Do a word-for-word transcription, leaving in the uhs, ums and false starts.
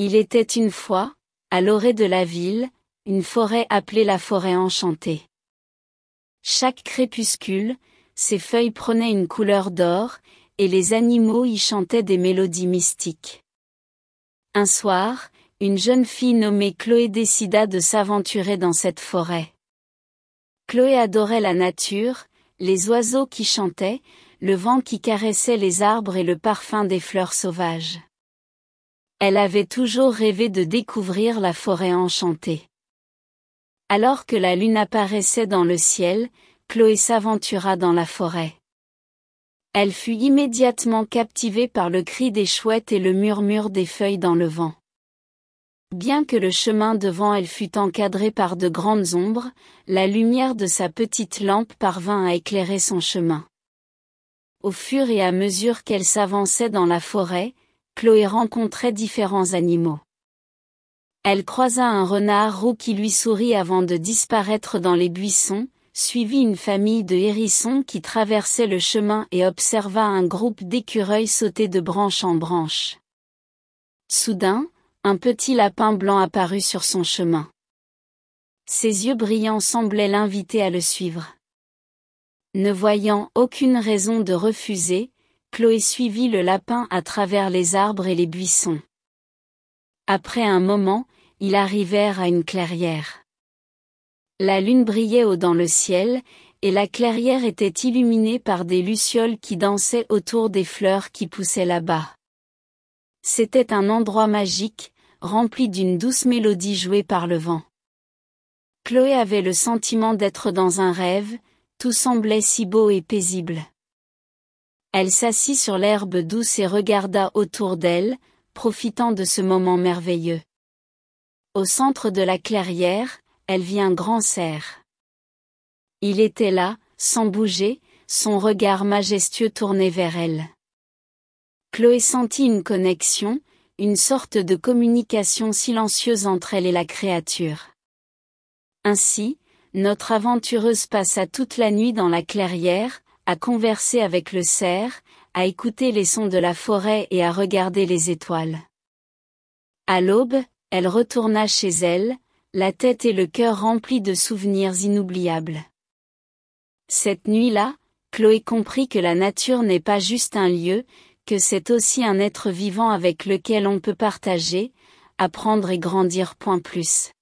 Il était une fois, à l'orée de la ville, une forêt appelée la forêt enchantée. Chaque crépuscule, ses feuilles prenaient une couleur d'or, et les animaux y chantaient des mélodies mystiques. Un soir, une jeune fille nommée Chloé décida de s'aventurer dans cette forêt. Chloé adorait la nature, les oiseaux qui chantaient, le vent qui caressait les arbres et le parfum des fleurs sauvages. Elle avait toujours rêvé de découvrir la forêt enchantée. Alors que la lune apparaissait dans le ciel, Chloé s'aventura dans la forêt. Elle fut immédiatement captivée par le cri des chouettes et le murmure des feuilles dans le vent. Bien que le chemin devant elle fût encadré par de grandes ombres, la lumière de sa petite lampe parvint à éclairer son chemin. Au fur et à mesure qu'elle s'avançait dans la forêt, Chloé rencontrait différents animaux. Elle croisa un renard roux qui lui sourit avant de disparaître dans les buissons, suivit une famille de hérissons qui traversait le chemin et observa un groupe d'écureuils sauter de branche en branche. Soudain, un petit lapin blanc apparut sur son chemin. Ses yeux brillants semblaient l'inviter à le suivre. Ne voyant aucune raison de refuser, Chloé suivit le lapin à travers les arbres et les buissons. Après un moment, ils arrivèrent à une clairière. La lune brillait haut dans le ciel, et la clairière était illuminée par des lucioles qui dansaient autour des fleurs qui poussaient là-bas. C'était un endroit magique, rempli d'une douce mélodie jouée par le vent. Chloé avait le sentiment d'être dans un rêve, tout semblait si beau et paisible. Elle s'assit sur l'herbe douce et regarda autour d'elle, profitant de ce moment merveilleux. Au centre de la clairière, elle vit un grand cerf. Il était là, sans bouger, son regard majestueux tourné vers elle. Chloé sentit une connexion, une sorte de communication silencieuse entre elle et la créature. Ainsi, notre aventureuse passa toute la nuit dans la clairière, à converser avec le cerf, à écouter les sons de la forêt et à regarder les étoiles. À l'aube, elle retourna chez elle, la tête et le cœur remplis de souvenirs inoubliables. Cette nuit-là, Chloé comprit que la nature n'est pas juste un lieu, que c'est aussi un être vivant avec lequel on peut partager, apprendre et grandir. Point plus.